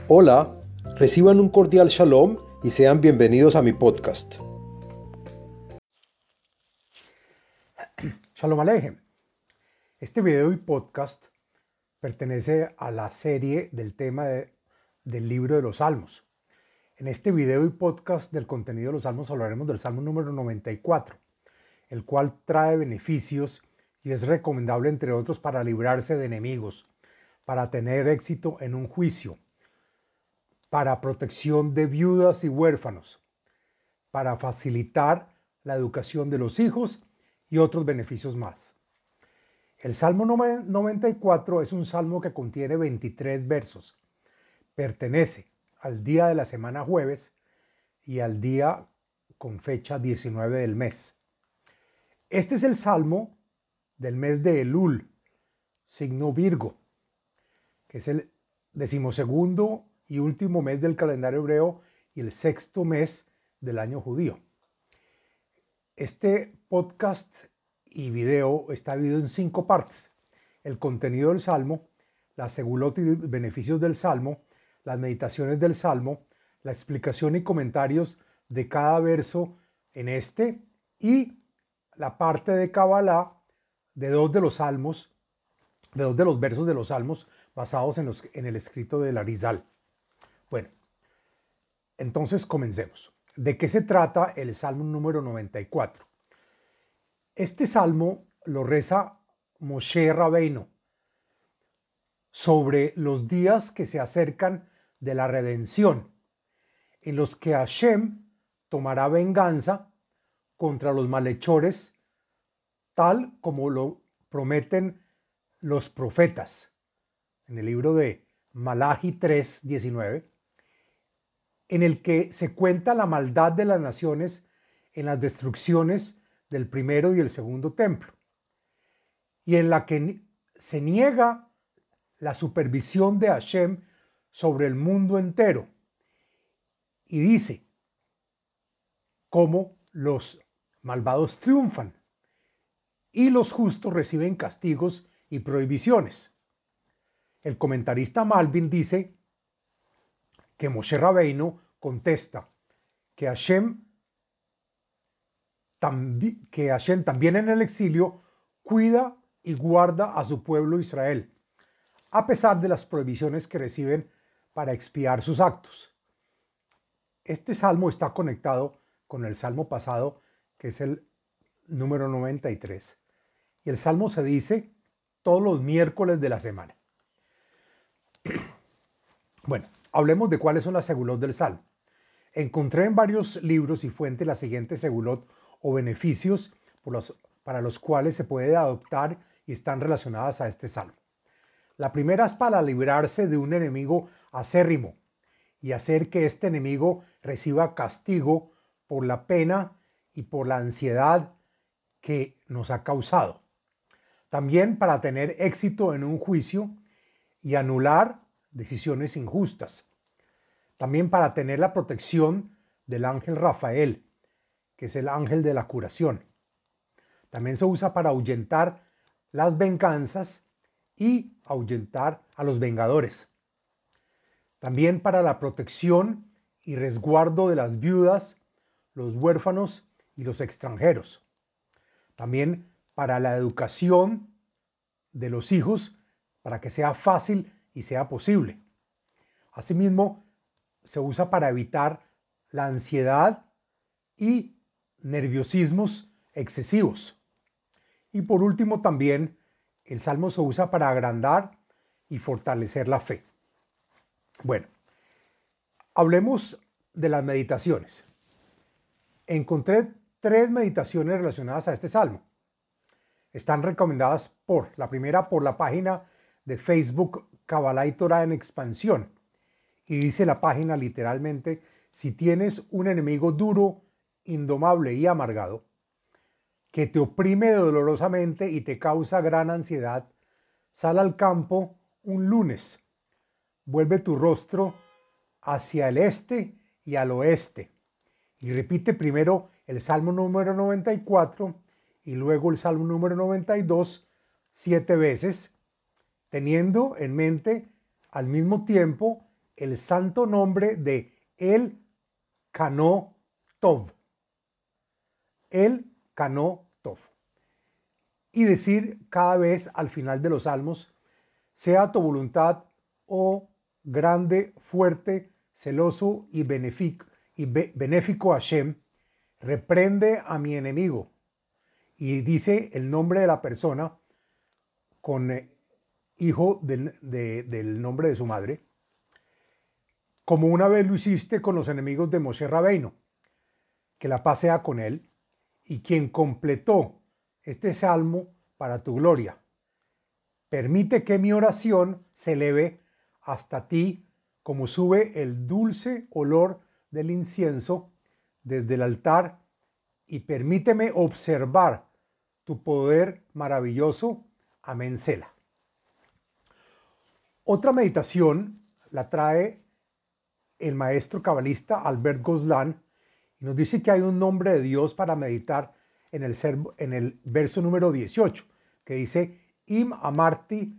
Hola, reciban un cordial shalom y sean bienvenidos a mi podcast. Shalom Aleichem. Este video y podcast pertenece a la serie del tema del libro de los Salmos. En este video y podcast del contenido de los Salmos hablaremos del Salmo número 94, el cual trae beneficios y es recomendable, entre otros, para librarse de enemigos, para tener éxito en un juicio, para protección de viudas y huérfanos, para facilitar la educación de los hijos y otros beneficios más. El Salmo 94 es un salmo que contiene 23 versos. Pertenece al día de la semana jueves y al día con fecha 19 del mes. Este es el salmo del mes de Elul, signo Virgo, que es el 12º y último mes del calendario hebreo y el 6º mes del año judío. Este podcast y video está dividido en 5 partes: el contenido del salmo, la segulot y beneficios del salmo, las meditaciones del salmo, la explicación y comentarios de cada verso en este y la parte de Kabbalah de dos de los versos de los salmos basados en el escrito del Arizal. Bueno, entonces comencemos. ¿De qué se trata el Salmo número 94? Este salmo lo reza Moshe Rabbeinu sobre los días que se acercan de la redención, en los que Hashem tomará venganza contra los malhechores, tal como lo prometen los profetas en el libro de Malachi 3:19, en el que se cuenta la maldad de las naciones en las destrucciones del primero y el segundo templo, y en la que se niega la supervisión de Hashem sobre el mundo entero, y dice cómo los malvados triunfan y los justos reciben castigos y prohibiciones. El comentarista Malvin dice que Moshe Rabbeinu contesta que Hashem también en el exilio cuida y guarda a su pueblo Israel, a pesar de las prohibiciones que reciben para expiar sus actos. Este salmo está conectado con el salmo pasado, que es el número 93. Y el salmo se dice todos los miércoles de la semana. Bueno, hablemos de cuáles son las segulot del salmo. Encontré en varios libros y fuentes las siguientes segulot o beneficios para los cuales se puede adoptar y están relacionadas a este salmo. La primera es para librarse de un enemigo acérrimo y hacer que este enemigo reciba castigo por la pena y por la ansiedad que nos ha causado. También para tener éxito en un juicio y anular decisiones injustas. También para tener la protección del ángel Rafael, que es el ángel de la curación. También se usa para ahuyentar las venganzas y ahuyentar a los vengadores. También para la protección y resguardo de las viudas, los huérfanos y los extranjeros. También para la educación de los hijos, para que sea fácil y sea posible. Asimismo, se usa para evitar la ansiedad y nerviosismos excesivos. Y por último, también el salmo se usa para agrandar y fortalecer la fe. Bueno, hablemos de las meditaciones. Encontré 3 meditaciones relacionadas a este salmo. Están recomendadas la primera por la página de Facebook Kabbalah y Torah en Expansión. Y dice la página literalmente: si tienes un enemigo duro, indomable y amargado, que te oprime dolorosamente y te causa gran ansiedad, sal al campo un lunes, vuelve tu rostro hacia el este y al oeste, y repite primero el Salmo número 94 y luego el Salmo número 92 7 veces, teniendo en mente al mismo tiempo el santo nombre de El Cano Tov. El Cano Tov. Y decir cada vez al final de los salmos: sea tu voluntad, oh grande, fuerte, celoso y benéfico Hashem, reprende a mi enemigo. Y dice el nombre de la persona con hijo del nombre de su madre, como una vez lo hiciste con los enemigos de Moshe Rabeino, que la paz sea con él, y quien completó este salmo para tu gloria. Permite que mi oración se eleve hasta ti como sube el dulce olor del incienso desde el altar, y permíteme observar tu poder maravilloso. Amén, Selah. Otra meditación la trae el maestro cabalista Albert Goslan y nos dice que hay un nombre de Dios para meditar en el verso número 18, que dice: Im amarti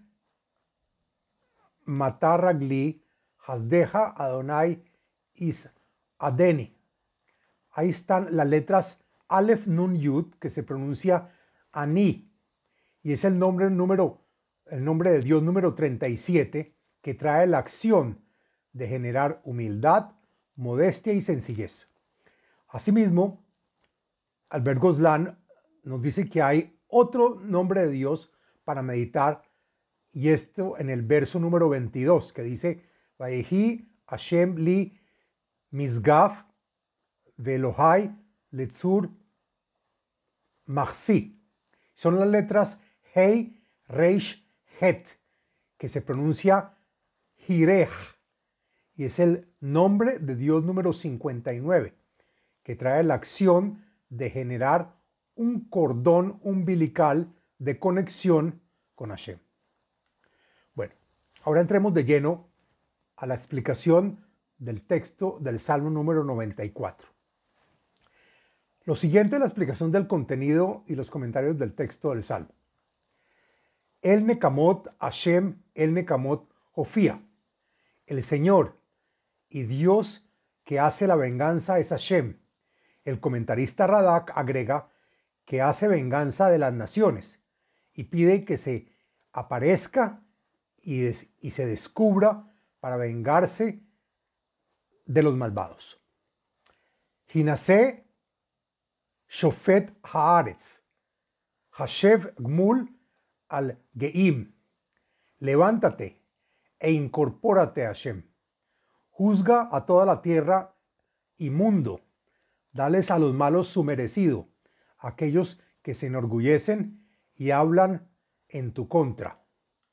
matarragli hasdeja Adonai is adeni. Ahí están las letras Aleph Nun Yud, que se pronuncia Ani, y es el nombre de Dios número 37, que trae la acción de generar humildad, modestia y sencillez. Asimismo, Albert Goslan nos dice que hay otro nombre de Dios para meditar, y esto en el verso número 22, que dice: Vayehi Hashem li misgaf velohai letzur machsi. Son las letras Hei, Reish, Het, que se pronuncia Hirej, y es el nombre de Dios número 59, que trae la acción de generar un cordón umbilical de conexión con Hashem. Bueno, ahora entremos de lleno a la explicación del texto del Salmo número 94. Lo siguiente es la explicación del contenido y los comentarios del texto del Salmo. El Nekamot Hashem, el Nekamot Jofía. El Señor y Dios que hace la venganza es Hashem. El comentarista Radak agrega que hace venganza de las naciones y pide que se aparezca y se descubra para vengarse de los malvados. Hinase Shofet Haaretz, Hashev Gmul al Geim. Levántate e incorpórate a Hashem. Juzga a toda la tierra inmundo. Dales a los malos su merecido, aquellos que se enorgullecen y hablan en tu contra.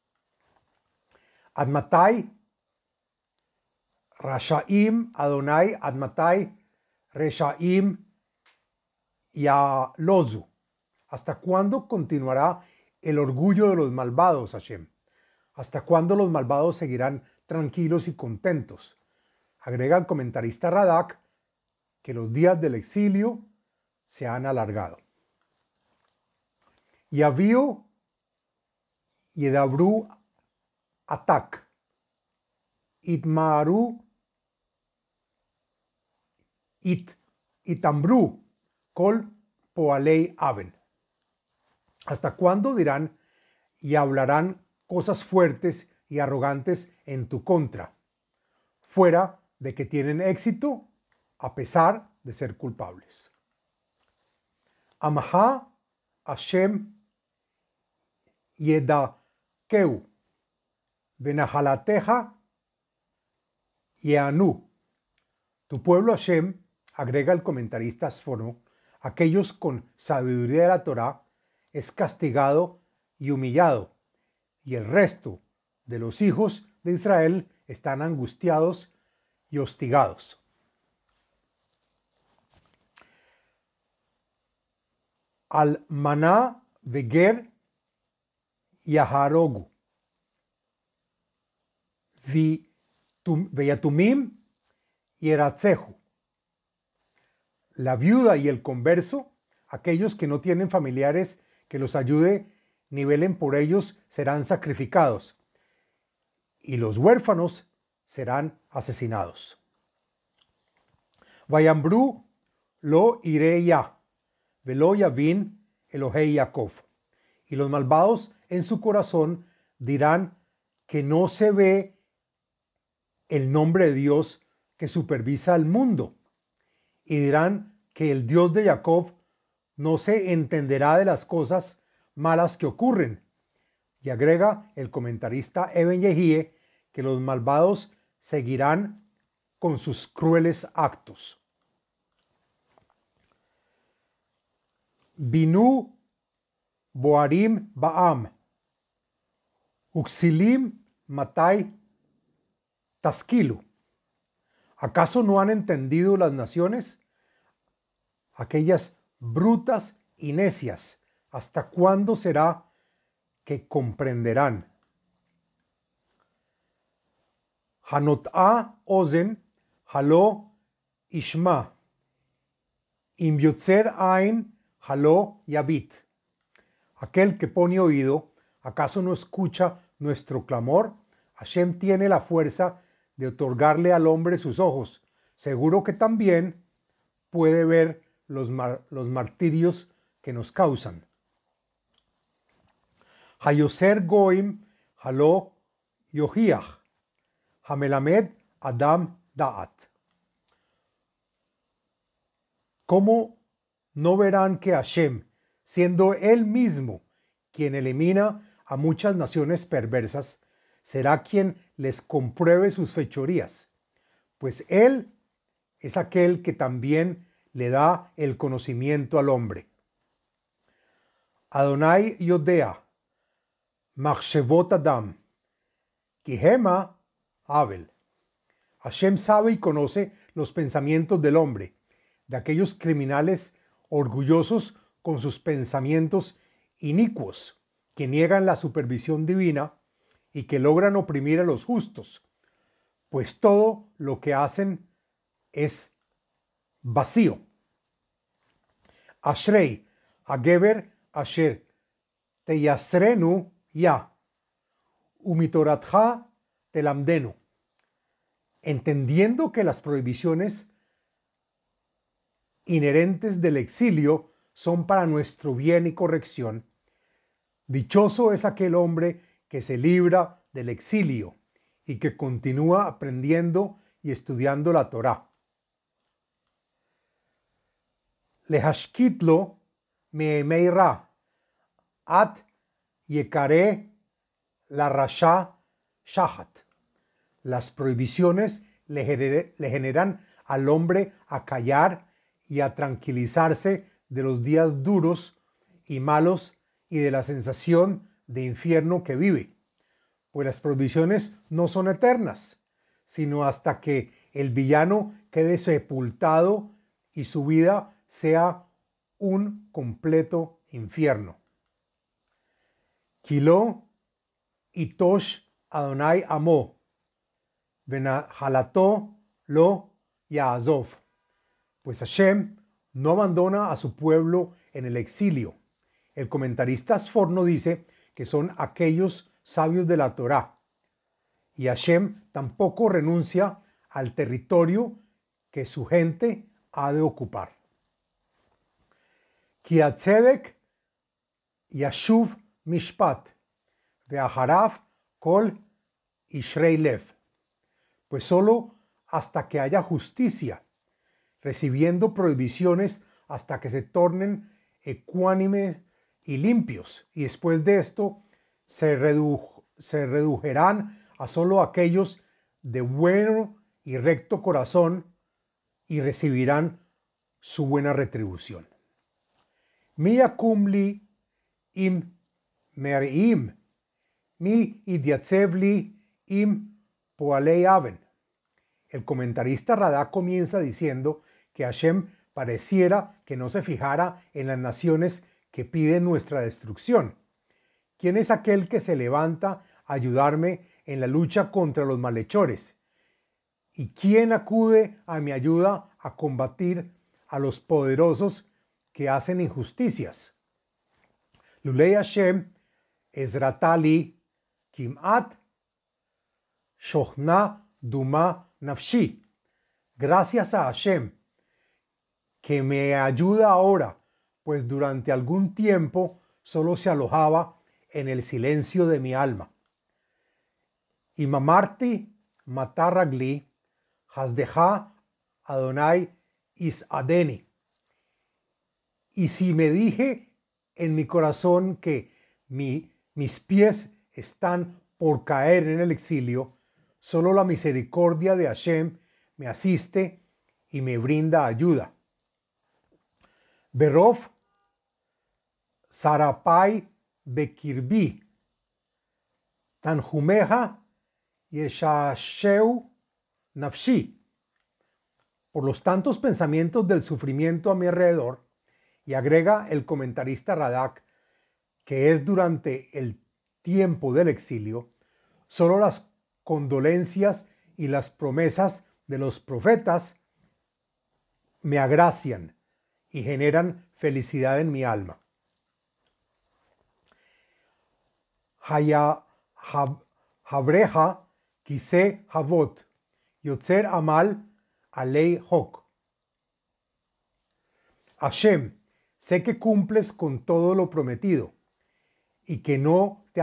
Admatai Rashaim Adonai Admatai Reshaim Yalozu. ¿Hasta cuándo continuará el orgullo de los malvados, Hashem? ¿Hasta cuándo los malvados seguirán tranquilos y contentos? Agrega el comentarista Radak que los días del exilio se han alargado. Yaviu Yedabru Atak Itmaru Itambru Kol Poalei Aven. ¿Hasta cuándo dirán y hablarán cosas fuertes y arrogantes en tu contra, fuera de que tienen éxito a pesar de ser culpables? Amaha Hashem Yedakeu Benahalateja Yeanu. Tu pueblo Hashem, agrega el comentarista Sfono, aquellos con sabiduría de la Torá, es castigado y humillado, y el resto de los hijos de Israel están angustiados y hostigados. Al maná veger yaharogu veyatumim yeratzehu. La viuda y el converso, aquellos que no tienen familiares que los ayude ni velen por ellos, serán sacrificados, y los huérfanos serán asesinados. Vayambru lo iré ya, velo yavin Elohei Jacob. Y los malvados en su corazón dirán que no se ve el nombre de Dios que supervisa el mundo. Y dirán que el Dios de Jacob no se entenderá de las cosas malas que ocurren. Y agrega el comentarista Eben Yehie que los malvados seguirán con sus crueles actos. Binu Boarim Baam Uxilim Matai Taskilu. ¿Acaso no han entendido las naciones? Aquellas brutas y necias, ¿hasta cuándo será que comprenderán? Hanot'a ozen halo ishma im yotzer ain halo yabit. Aquel que pone oído, ¿acaso no escucha nuestro clamor? Hashem tiene la fuerza de otorgarle al hombre sus ojos. Seguro que también puede ver los martirios que nos causan. Hayoser goim halo yohiach hamelamed adam da'at. ¿Cómo no verán que Hashem, siendo él mismo quien elimina a muchas naciones perversas, será quien les compruebe sus fechorías? Pues él es aquel que también le da el conocimiento al hombre. Adonai Yodea, Machshevot Adam, Kihema Abel. Hashem sabe y conoce los pensamientos del hombre, de aquellos criminales orgullosos con sus pensamientos inicuos, que niegan la supervisión divina y que logran oprimir a los justos, pues todo lo que hacen es vacío. Ashrei, Hageber Asher, Teyasrenu Ya, Umitoratja Telamdenu. Entendiendo que las prohibiciones inherentes del exilio son para nuestro bien y corrección, dichoso es aquel hombre que se libra del exilio y que continúa aprendiendo y estudiando la Torá. Lehashkitlo meemeira at yekare la rasha shahat. Las prohibiciones le generan al hombre a callar y a tranquilizarse de los días duros y malos y de la sensación de infierno que vive. Pues las prohibiciones no son eternas, sino hasta que el villano quede sepultado y su vida sea un completo infierno. Kilo itosh Adonai amo, venahalato lo yaazov. Pues Hashem no abandona a su pueblo en el exilio. El comentarista Sforno dice que son aquellos sabios de la Torá. Y Hashem tampoco renuncia al territorio que su gente ha de ocupar. Ki hatzedek yashuv mishpat ve'aharav kol ishrei lev. Pues solo hasta que haya justicia, recibiendo prohibiciones hasta que se tornen ecuánimes y limpios, y después de esto se redujerán a solo aquellos de bueno y recto corazón y recibirán su buena retribución. Mi yakum li im merim, mi idiatzev li im poalei aven. El comentarista Radá comienza diciendo que Hashem pareciera que no se fijara en las naciones que piden nuestra destrucción. ¿Quién es aquel que se levanta a ayudarme en la lucha contra los malhechores? ¿Y quién acude a mi ayuda a combatir a los poderosos que hacen injusticias? Lulei Hashem Ezratali Kimat Shochna duma nafshi. Gracias a Hashem, que me ayuda ahora, pues durante algún tiempo solo se alojaba en el silencio de mi alma. Y mamarti matarragli hasdeja Adonai isadeni. Y si me dije en mi corazón que mis pies están por caer en el exilio, solo la misericordia de Hashem me asiste y me brinda ayuda. Berov Sarapai Bekirbi Tanjumeja Yeshasheu Nafshi. Por los tantos pensamientos del sufrimiento a mi alrededor, y agrega el comentarista Radak, que es durante el tiempo del exilio, solo las condolencias y las promesas de los profetas me agracian y generan felicidad en mi alma. Habreja Kise Havot Yotzer Amal Alei Hok. Hashem, sé que cumples con todo lo prometido y que no te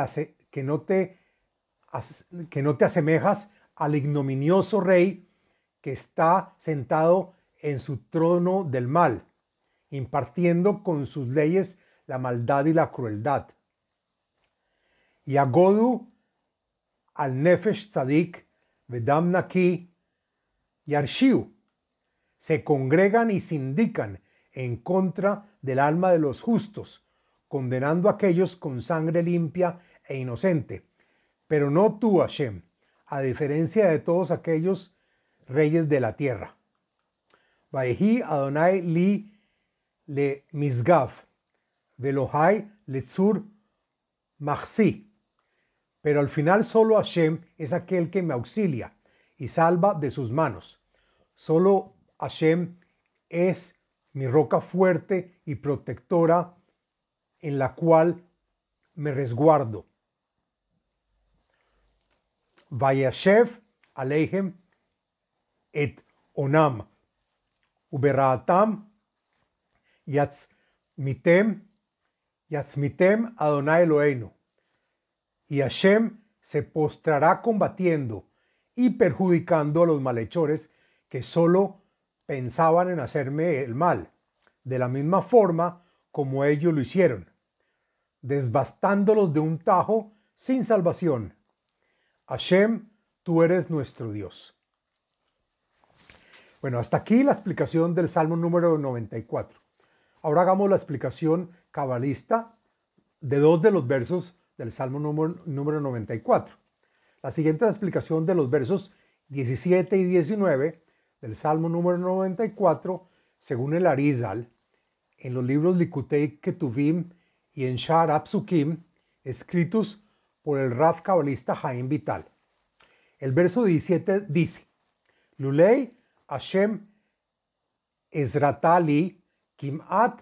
asemejas al ignominioso rey que está sentado en su trono del mal, impartiendo con sus leyes la maldad y la crueldad. Yagodu al nefesh tzadik vedam naki yarshiu. Se congregan y sindican en contra del alma de los justos, condenando a aquellos con sangre limpia e inocente. Pero no tú, Hashem, a diferencia de todos aquellos reyes de la tierra. Vayehi Adonai li le misgav, velohai letzur machsi. Pero al final solo Hashem es aquel que me auxilia y salva de sus manos. Solo Hashem es mi roca fuerte y protectora en la cual me resguardo. Vayashev aleihem et onam uberaatam yatzmitem Adonai Eloheinu. Y Hashem se postrará combatiendo y perjudicando a los malhechores que solo pensaban en hacerme el mal, de la misma forma como ellos lo hicieron, devastándolos de un tajo sin salvación. Hashem, tú eres nuestro Dios. Bueno, hasta aquí la explicación del Salmo número 94. Ahora hagamos la explicación cabalista de dos de los versos del Salmo número 94. La siguiente explicación de los versos 17 y 19 del Salmo número 94, según el Arizal, en los libros Likutei Ketuvim y en Sha'ar HaPsukim, escritos por el Rav cabalista Haim Vital. El verso 17 dice: Lulei Hashem Ezrata li Kim'at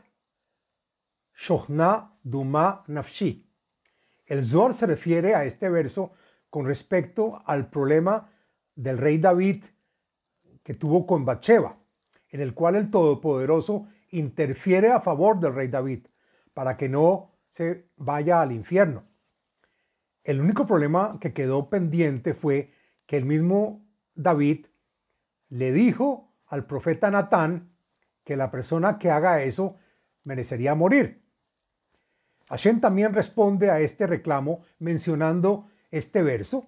Shochna Duma Nafshi. El Zohar se refiere a este verso con respecto al problema del rey David que tuvo con Bathsheba, en el cual el Todopoderoso interfiere a favor del rey David para que no se vaya al infierno. El único problema que quedó pendiente fue que el mismo David le dijo al profeta Natán que la persona que haga eso merecería morir. Hashem también responde a este reclamo mencionando este verso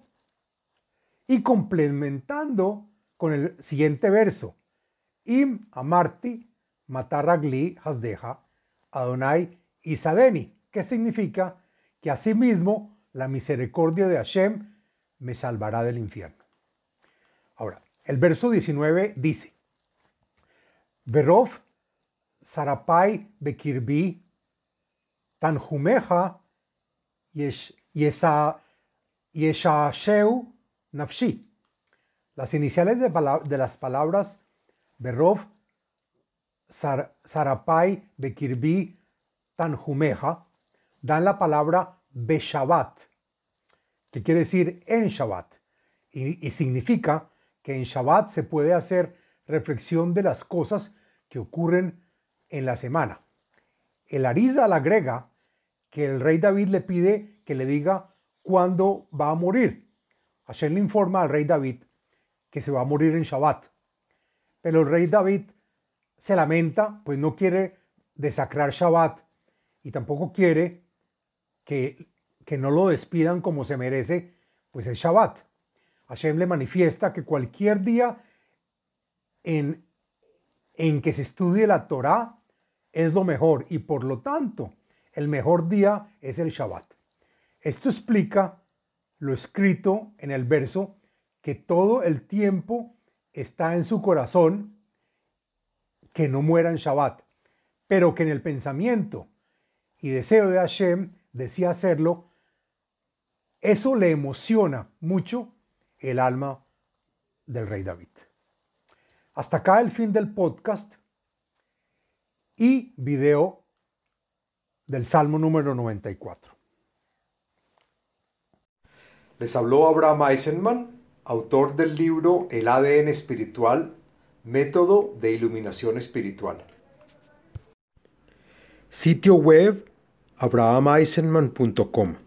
y complementando con el siguiente verso: Im amarti matarragli hasdeja Adonai isadeni, que significa que asimismo la misericordia de Hashem me salvará del infierno. Ahora, el verso 19 dice: Verov sarapai bekirbi tanjumeja yeshasheu nafshi. Las iniciales de las palabras Berov Sarapai Bekirbi Tanjumeja dan la palabra Beshabbat, que quiere decir en Shabbat, y significa que en Shabbat se puede hacer reflexión de las cosas que ocurren en la semana. El Arizal agrega que el rey David le pide que le diga cuándo va a morir. Hashem le informa al rey David que se va a morir en Shabbat. Pero el rey David se lamenta, pues no quiere desacrar Shabbat y tampoco quiere que no lo despidan como se merece, pues es Shabbat. Hashem le manifiesta que cualquier día en que se estudie la Torá es lo mejor y por lo tanto el mejor día es el Shabbat. Esto explica lo escrito en el verso que todo el tiempo está en su corazón, que no muera en Shabbat, pero que en el pensamiento y deseo de Hashem decía hacerlo. Eso le emociona mucho el alma del rey David. Hasta acá el fin del podcast y video del Salmo número 94. Les habló Abraham Eisenman, autor del libro El ADN espiritual, método de iluminación espiritual. Sitio web abrahameisenman.com